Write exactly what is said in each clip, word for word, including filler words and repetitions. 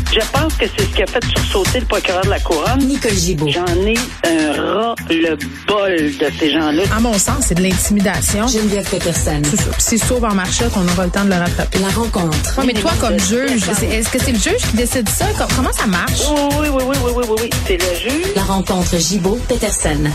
Je pense que c'est ce qui a fait sursauter le procureur de la Couronne. Nicole Gibault. J'en ai un ras-le-bol de ces gens-là. À mon sens, c'est de l'intimidation. Geneviève Peterson. C'est ça. Puis s'il sauve en marchette, on aura le temps de le rattraper. La rencontre. Ouais, mais toi, comme juge, c'est, est-ce que c'est le juge qui décide ça? Comment ça marche? Oui, oui, oui, oui, oui, oui, oui, oui. C'est le juge. La rencontre Gibault-Peterson.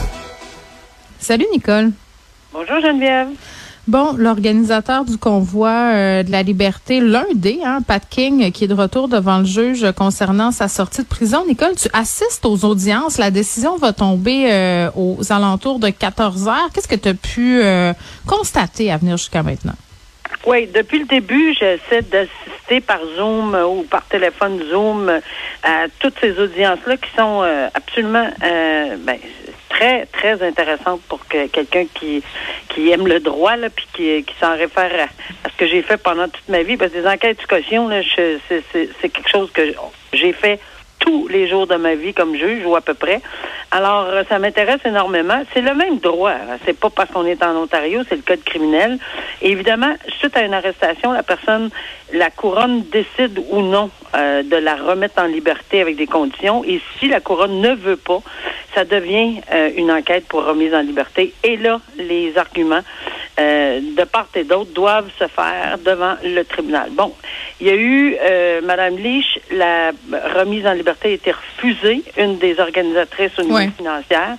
Salut, Nicole. Bonjour, Geneviève. Bon, l'organisateur du convoi euh, de la liberté, l'un des, hein, Pat King, qui est de retour devant le juge concernant sa sortie de prison. Nicole, tu assistes aux audiences. La décision va tomber euh, aux alentours de quatorze heures. Qu'est-ce que tu as pu euh, constater à venir jusqu'à maintenant? Oui, depuis le début, j'essaie d'assister par Zoom ou par téléphone Zoom à toutes ces audiences-là qui sont euh, absolument euh, ben, très, très intéressantes pour que quelqu'un qui qui aime le droit, là, puis qui, qui s'en réfère à, à ce que j'ai fait pendant toute ma vie. Parce que des enquêtes de caution, là, je, c'est, c'est, c'est quelque chose que j'ai fait tous les jours de ma vie comme juge, ou à peu près. Alors, ça m'intéresse énormément. C'est le même droit. C'est pas parce qu'on est en Ontario, c'est le code criminel. Et évidemment, suite à une arrestation, la personne, la couronne décide ou non euh, de la remettre en liberté avec des conditions. Et si la couronne ne veut pas, ça devient euh, une enquête pour remise en liberté. Et là, les arguments euh, de part et d'autre doivent se faire devant le tribunal. Bon, il y a eu, euh, Mme Lich, la remise en liberté a été refusée, une des organisatrices au niveau ouais. financière.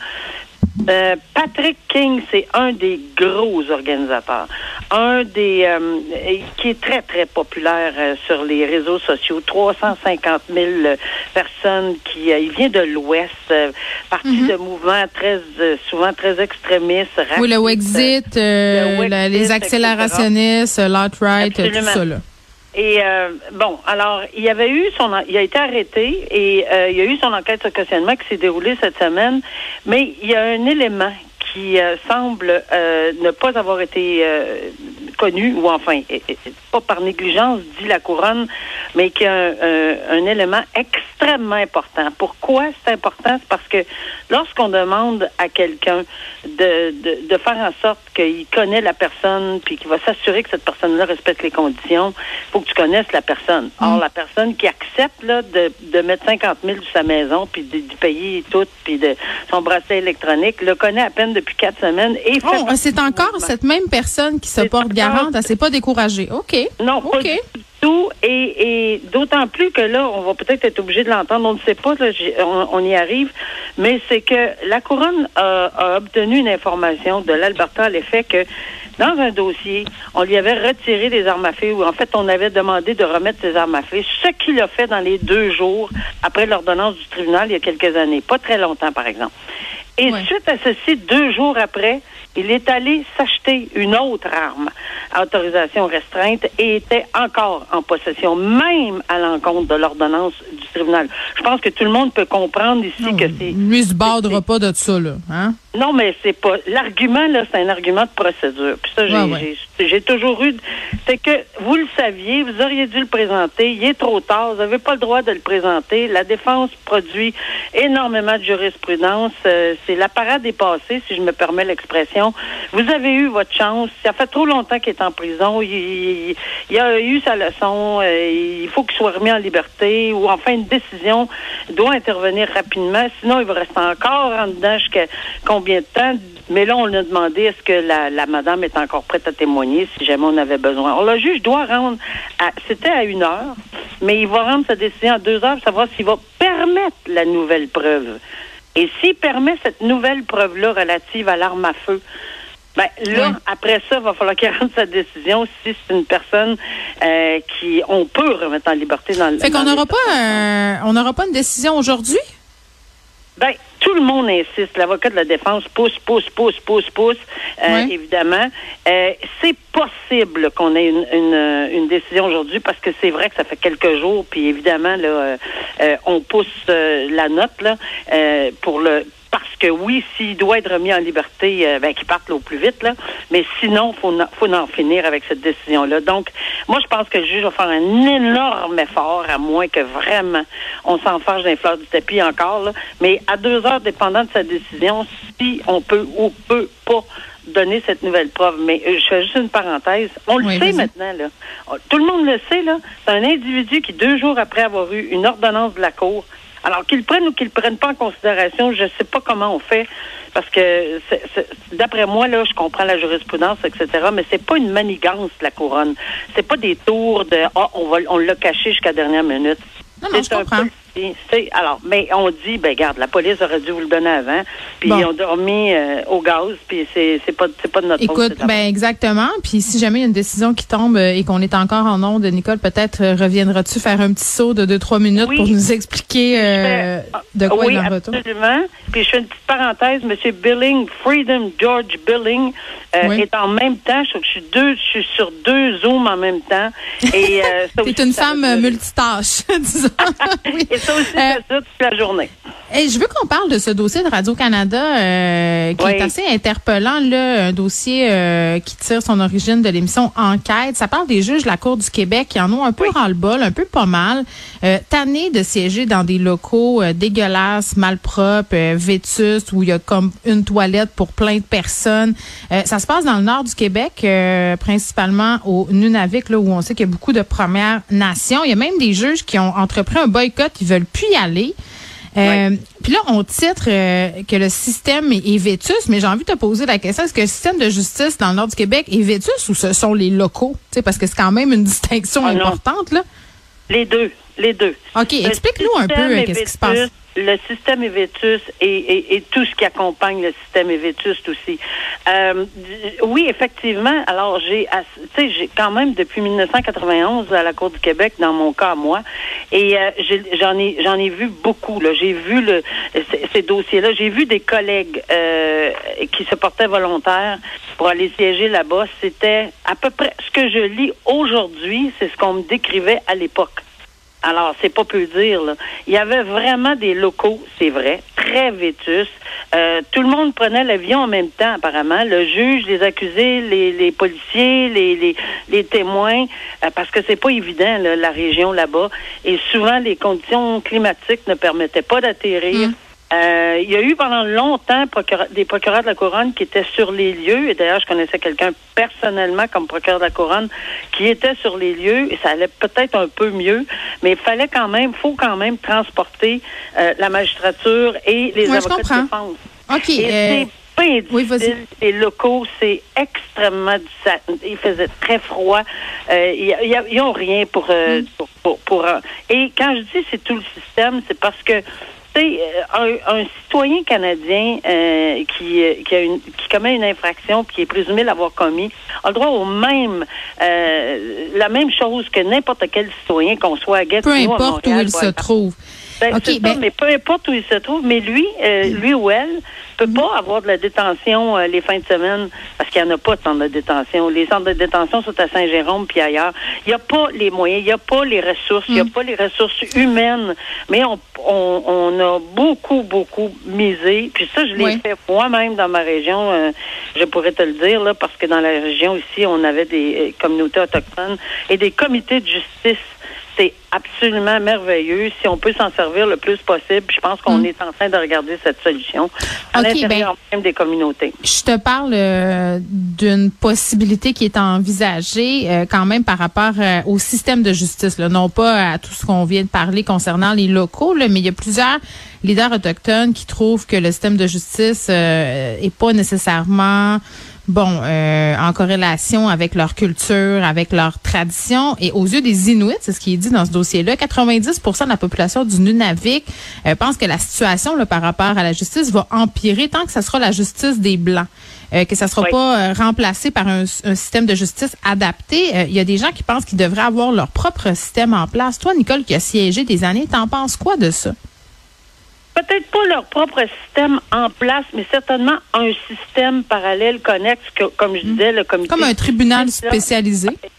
Euh, Patrick King, c'est un des gros organisateurs, un des euh, qui est très très populaire euh, sur les réseaux sociaux. trois cent cinquante mille personnes qui, euh, il vient de l'Ouest, euh, parti mm-hmm. de mouvements très euh, souvent très extrémistes. Racistes, oui, le Wexit, euh, le Wexit la, les accélérationnistes, l'alt-right, tout ça là. Et euh, bon, alors il y avait eu son, il a été arrêté et euh, il y a eu son enquête sur cautionnement qui s'est déroulée cette semaine, mais il y a un élément qui euh, semble euh, ne pas avoir été euh, connu, ou enfin, et, et, pas par négligence, dit la couronne, mais qui est un, un, un élément extrêmement important. Pourquoi c'est important? C'est parce que lorsqu'on demande à quelqu'un de, de, de faire en sorte qu'il connaît la personne, puis qu'il va s'assurer que cette personne-là respecte les conditions, il faut que tu connaisses la personne. Or, la personne qui accepte là, de, de mettre cinquante mille de sa maison, puis de, de payer tout, puis de son bracelet électronique, le connaît à peine depuis quatre semaines. Et oh, c'est encore cette même personne qui se c'est porte garante. Elle s'est pas découragée. OK. Non, OK. Pas du tout. Et, et d'autant plus que là, on va peut-être être obligé de l'entendre. On ne sait pas, là, on, on y arrive. Mais c'est que la Couronne a, a obtenu une information de l'Alberta à l'effet que dans un dossier, on lui avait retiré des armes à feu, ou en fait, on avait demandé de remettre ses armes à feu, ce qu'il a fait dans les deux jours après l'ordonnance du tribunal il y a quelques années. Pas très longtemps, par exemple. Et ouais. Suite à ceci, deux jours après, il est allé s'acheter une autre arme à autorisation restreinte et était encore en possession, même à l'encontre de l'ordonnance du tribunal. Je pense que tout le monde peut comprendre ici non, que c'est... Lui, il se bardera pas de ça, là. Hein? Non, mais c'est pas... L'argument, là, c'est un argument de procédure. Puis ça, j'ai, ouais, ouais. j'ai, j'ai toujours eu... C'est que, vous le saviez, vous auriez dû le présenter. Il est trop tard. Vous n'avez pas le droit de le présenter. La défense produit énormément de jurisprudence. Euh, c'est la parade des passés, si je me permets l'expression. Vous avez eu votre chance. Ça fait trop longtemps qu'il est en prison. Il, il, il a eu sa leçon. Euh, il faut qu'il soit remis en liberté, ou enfin une décision doit intervenir rapidement. Sinon, il va rester encore en dedans jusqu'à combien de temps? Mais là, on lui a demandé est-ce que la, la madame est encore prête à témoigner si jamais on avait besoin. Alors, le juge doit rendre, à, c'était à une heure, mais il va rendre sa décision à deux heures pour savoir s'il va permettre la nouvelle preuve. Et s'il permet cette nouvelle preuve-là relative à l'arme à feu, ben là, oui. Après ça, il va falloir qu'il rende sa décision si c'est une personne euh, qui on peut remettre en liberté dans le. Fait qu'on n'aura pas un, on n'aura pas une décision aujourd'hui? Ben, tout le monde insiste. L'avocat de la défense pousse, pousse, pousse, pousse, pousse, euh, oui. Évidemment. Euh, c'est possible qu'on ait une, une, une décision aujourd'hui parce que c'est vrai que ça fait quelques jours, puis évidemment, là, euh, euh, on pousse euh, la note là euh, pour le... Parce que oui, s'il doit être remis en liberté, euh, ben qu'il parte là, au plus vite, là. Mais sinon, il faut, faut en finir avec cette décision-là. Donc, moi, je pense que le juge va faire un énorme effort, à moins que vraiment on s'enfarge d'un fleur du tapis encore, là. Mais à deux heures, dépendant de sa décision, si on peut ou peut pas donner cette nouvelle preuve. Mais euh, je fais juste une parenthèse. On le oui, sait vas-y. maintenant, là. Tout le monde le sait, là. C'est un individu qui, deux jours après avoir eu une ordonnance de la Cour, alors qu'ils le prennent ou qu'ils le prennent pas en considération, je sais pas comment on fait, parce que c'est, c'est, d'après moi, là, je comprends la jurisprudence, et cetera, mais c'est pas une manigance de la couronne. C'est pas des tours de ah, on va on l'a caché jusqu'à la dernière minute. Non, non, c'est je comprends. C'est, alors, mais on dit, ben garde, la police aurait dû vous le donner avant, puis bon. ils ont dormi euh, au gaz, puis c'est, c'est pas c'est pas de notre Écoute, faute. ben exactement. Puis si jamais il y a une décision qui tombe euh, et qu'on est encore en onde, Nicole, peut-être euh, reviendras-tu faire un petit saut de deux trois minutes oui. pour nous expliquer euh, de quoi oui, il en retourne? Oui, absolument. Puis je fais une petite parenthèse, M. Billing, Freedom George Billing, euh, oui. est en même temps. Je suis deux, je suis sur deux Zooms en même temps. Et euh, ça aussi, t'es une ça femme veut... multitâche, disons. Oui. Et ça aussi, euh, ça toute la journée. Et je veux qu'on parle de ce dossier de Radio-Canada euh, qui oui. est assez interpellant, là, un dossier euh, qui tire son origine de l'émission Enquête. Ça parle des juges de la Cour du Québec qui en ont un peu oui. ras-le-bol, un peu pas mal, euh, tannés de siéger dans des locaux euh, dégueulasses, malpropres, euh, vétustes, où il y a comme une toilette pour plein de personnes. Euh, ça se passe dans le nord du Québec, euh, principalement au Nunavik, là, où on sait qu'il y a beaucoup de Premières Nations. Il y a même des juges qui ont entrepris un boycott, ils veulent plus y aller. Euh, oui. Puis là, on titre euh, que le système est, est vétuste, mais j'ai envie de te poser la question, est-ce que le système de justice dans le nord du Québec est vétuste ou ce sont les locaux? T'sais, parce que c'est quand même une distinction ah, importante, là. Les deux, les deux. OK, le explique-nous un peu euh, qu'est-ce qui se passe. Le système est vétuste et, et, et tout ce qui accompagne le système est vétuste aussi. Euh, oui, effectivement. Alors, j'ai, tu sais, j'ai quand même depuis dix-neuf cent quatre-vingt-onze à la Cour du Québec, dans mon cas, moi, et euh, j'ai, j'en ai, j'en ai vu beaucoup. Là, j'ai vu le, ces, ces dossiers-là. J'ai vu des collègues euh, qui se portaient volontaires pour aller siéger là-bas. C'était à peu près ce que je lis aujourd'hui, c'est ce qu'on me décrivait à l'époque. Alors, c'est pas peu dire, là. Il y avait vraiment des locaux, c'est vrai, très vétustes. Euh, tout le monde prenait l'avion en même temps, apparemment. Le juge, les accusés, les, les policiers, les, les, les témoins, euh, parce que c'est pas évident, là, la région là-bas. Et souvent, les conditions climatiques ne permettaient pas d'atterrir. Mmh. Euh, il y a eu pendant longtemps procure- des procureurs de la Couronne qui étaient sur les lieux. Et d'ailleurs, je connaissais quelqu'un personnellement comme procureur de la Couronne qui était sur les lieux. Et ça allait peut-être un peu mieux. Mais il fallait quand même, faut quand même transporter euh, la magistrature et les ouais, avocats de défense. OK. Et euh... c'est pas difficile. Oui, vas-y. Les locaux, c'est extrêmement... Il faisait très froid. Euh, ils n'ont rien pour... Euh, mm. pour, pour, pour euh, et quand je dis c'est tout le système, c'est parce que Un, un citoyen canadien euh, qui, qui, a une, qui commet une infraction puis qui est présumé l'avoir commis a le droit au même euh, la même chose que n'importe quel citoyen, qu'on soit à Gatineau, peu importe à Montréal, où il se trouve. Ben, okay, c'est ben... ça, mais peu importe où il se trouve, mais lui, euh, lui ou elle peut mm. pas avoir de la détention euh, les fins de semaine parce qu'il n'y en a pas de centre de détention. Les centres de détention sont à Saint-Jérôme puis ailleurs. Il n'y a pas les moyens, il n'y a pas les ressources, il mm. n'y a pas les ressources humaines, mais on, on, on a beaucoup, beaucoup misé. Puis ça, je l'ai oui. fait moi-même dans ma région, euh, je pourrais te le dire, là, parce que dans la région ici, on avait des euh, communautés autochtones et des comités de justice. C'est absolument merveilleux. Si on peut s'en servir le plus possible, je pense qu'on mmh. est en train de regarder cette solution à okay, l'intérieur ben, même des communautés. Je te parle euh, d'une possibilité qui est envisagée euh, quand même par rapport euh, au système de justice, là, non pas à tout ce qu'on vient de parler concernant les locaux, là, mais il y a plusieurs leaders autochtones qui trouvent que le système de justice euh, est pas nécessairement bon, euh, en corrélation avec leur culture, avec leur tradition. Et aux yeux des Inuits, c'est ce qui est dit dans ce dossier-là, quatre-vingt-dix pour cent de la population du Nunavik euh, pense que la situation là, par rapport à la justice va empirer tant que ça sera la justice des Blancs. Euh, que ça sera oui. pas euh, remplacé par un, un système de justice adapté. Il euh, y a des gens qui pensent qu'ils devraient avoir leur propre système en place. Toi, Nicole, qui a siégé des années, t'en penses quoi de ça? Peut-être pas leur propre système en place, mais certainement un système parallèle connexe, que, comme je disais, le comité... Comme un tribunal spécialisé.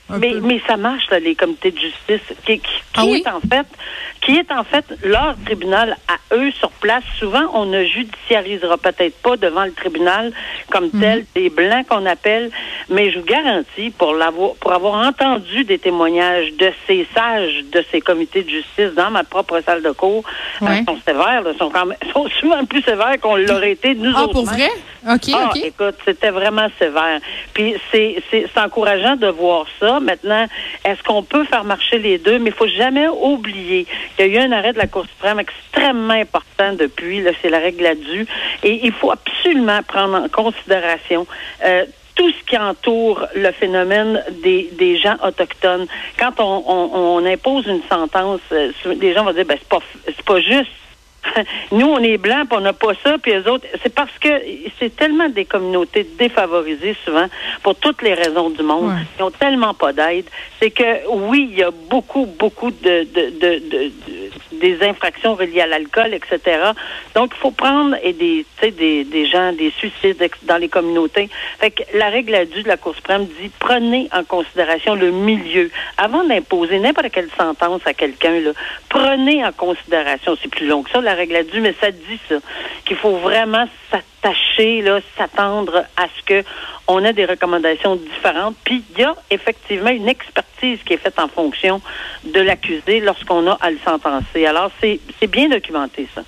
Mais, mais ça marche, là, les comités de justice, qui, qui, qui ah oui? est en fait, qui est en fait leur tribunal à eux sur place. Souvent, on ne judiciarisera peut-être pas devant le tribunal comme tel, mm-hmm. des blancs qu'on appelle, mais je vous garantis, pour l'avoir, pour avoir entendu des témoignages de ces sages de ces comités de justice dans ma propre salle de cours, ouais. Ils sont sévères, là, sont quand même, sont souvent plus sévères qu'on l'aurait été nous ah, autres. Ah, pour vrai? OK, ah, OK. Écoute, c'était vraiment sévère. Puis c'est, c'est, c'est encourageant de voir ça. Maintenant, est-ce qu'on peut faire marcher les deux? Mais il faut jamais oublier qu'il y a eu un arrêt de la Cour suprême extrêmement important depuis, là, c'est l'arrêt Gladue, et il faut absolument prendre en considération euh, tout ce qui entoure le phénomène des, des gens autochtones. Quand on, on, on impose une sentence, euh, les gens vont dire, ben c'est pas, c'est pas juste. Nous, on est blancs, puis on n'a pas ça, puis eux autres, c'est parce que c'est tellement des communautés défavorisées souvent, pour toutes les raisons du monde, ouais. Ils n'ont tellement pas d'aide. C'est que, oui, il y a beaucoup, beaucoup de, de, de, de, de des infractions reliées à l'alcool, et cetera. Donc, il faut prendre et des, tu sais, des, des gens, des suicides dans les communautés. Fait que la règle à due de la Cour suprême dit, prenez en considération le milieu. Avant d'imposer n'importe quelle sentence à quelqu'un, là, prenez en considération, c'est plus long que ça, la règle à due, mais ça dit ça, qu'il faut vraiment s'attacher, là, s'attendre à ce que on ait des recommandations différentes. Puis il y a effectivement une expertise qui est faite en fonction de l'accusé lorsqu'on a à le sentencer. Alors c'est c'est bien documenté ça.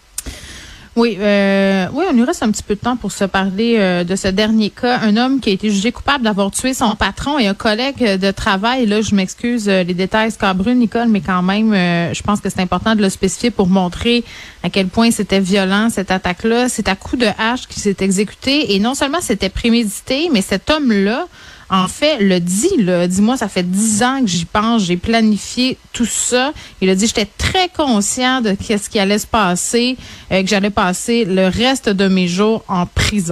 Oui, euh, oui, on nous reste un petit peu de temps pour se parler euh, de ce dernier cas. Un homme qui a été jugé coupable d'avoir tué son patron et un collègue de travail. Là, je m'excuse, euh, les détails scabreux, Nicole, mais quand même, euh, je pense que c'est important de le spécifier pour montrer à quel point c'était violent, cette attaque-là. C'est à coups de hache qui s'est exécuté. Et non seulement c'était prémédité, mais cet homme-là, en fait, le dit, là, dis-moi, ça fait dix ans que j'y pense, j'ai planifié tout ça. Il a dit, j'étais très conscient de ce qui allait se passer, euh, que j'allais passer le reste de mes jours en prison.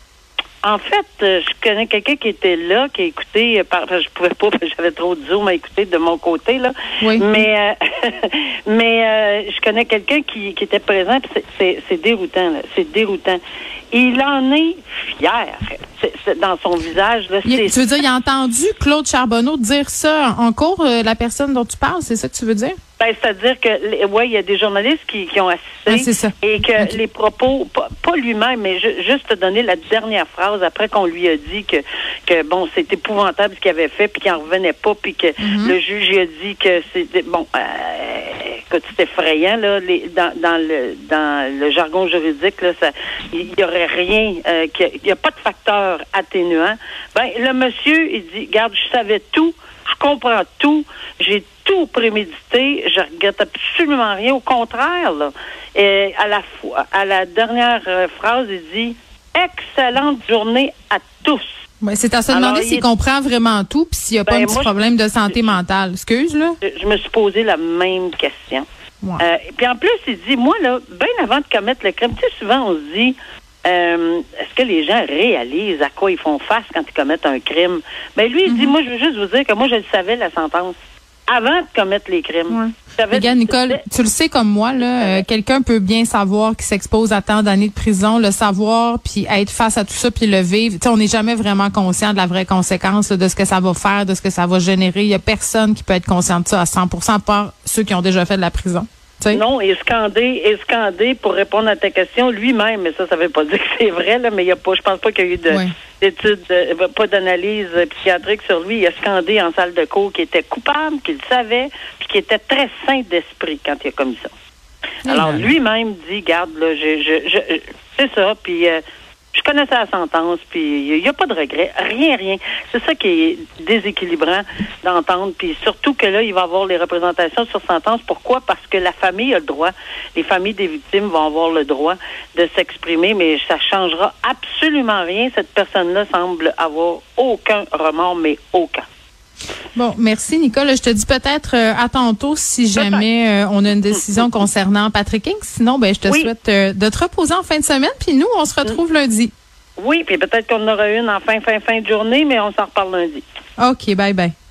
En fait, euh, je connais quelqu'un qui était là, qui a écouté, par, enfin, je pouvais pas, j'avais trop de zoom à écouter de mon côté, là. Oui. Mais, euh, mais euh, je connais quelqu'un qui, qui était présent, puis c'est, c'est, c'est déroutant, là. C'est déroutant. Il en est fier. C'est, c'est dans son visage, là. Il, tu veux dire, il a entendu Claude Charbonneau dire ça en cours, euh, la personne dont tu parles, c'est ça que tu veux dire? Ben, c'est-à-dire que, ouais, il y a des journalistes qui, qui ont assisté. Ah, c'est ça. Et que okay. les propos, pas, pas lui-même, mais ju- juste donner la dernière phrase après qu'on lui a dit que, que bon, c'est épouvantable ce qu'il avait fait, puis qu'il n'en revenait pas, puis que mm-hmm. le juge il a dit que c'était, bon, euh, écoute, c'est effrayant, là, les, dans, dans le, dans le jargon juridique, là, ça, il y aurait rien, euh, il n'y a pas de facteur atténuant. Ben, le monsieur, il dit, regarde, je savais tout, je comprends tout, j'ai tout prémédité, je regrette absolument rien, au contraire, là. Et à la fois, à la dernière euh, phrase, il dit excellente journée à tous. Ouais, c'est à se demander s'il est... comprend vraiment tout, puis s'il n'y a ben, pas un petit moi, problème je... de santé je... mentale. Excuse, là. Je, je me suis posé la même question. Ouais. Euh, puis en plus, il dit, moi, là, bien avant de commettre le crime, tu sais, souvent, on se dit, euh, est-ce que les gens réalisent à quoi ils font face quand ils commettent un crime? Ben lui, il mm-hmm. dit, moi, je veux juste vous dire que moi, je le savais, la sentence. Avant de commettre les crimes. Ouais. Regarde, Nicole, tu le sais comme moi, là, euh, quelqu'un peut bien savoir qu'il s'expose à tant d'années de prison, le savoir, puis être face à tout ça, puis le vivre. T'sais, on n'est jamais vraiment conscient de la vraie conséquence, là, de ce que ça va faire, de ce que ça va générer. Il y a personne qui peut être conscient de ça à cent pour cent, à part ceux qui ont déjà fait de la prison. T'sais? Non, et scandé, et scandé pour répondre à ta question lui-même, mais ça, ça veut pas dire que c'est vrai, là, mais il y a pas, je pense pas qu'il y a eu de, ouais. d'études, de, pas d'analyse psychiatrique sur lui. Il a scandé en salle de cours qu'il était coupable, qu'il savait, puis qu'il était très sain d'esprit quand il a commis ça. Mmh. Alors, lui-même dit, garde, là, je, je, je, c'est ça, puis euh, je connaissais la sentence, puis il n'y a pas de regret, rien, rien. C'est ça qui est déséquilibrant d'entendre, puis surtout que là, il va y avoir les représentations sur sentence. Pourquoi? Parce que la famille a le droit, les familles des victimes vont avoir le droit de s'exprimer, mais ça changera absolument rien. Cette personne-là semble avoir aucun remords, mais aucun. Bon, merci Nicole. Je te dis peut-être euh, à tantôt si jamais euh, on a une décision concernant Patrick King. Sinon, ben je te oui. souhaite euh, de te reposer en fin de semaine. Puis nous, on se retrouve lundi. Oui, puis peut-être qu'on en aura une en fin, fin, fin de journée, mais on s'en reparle lundi. OK, bye bye.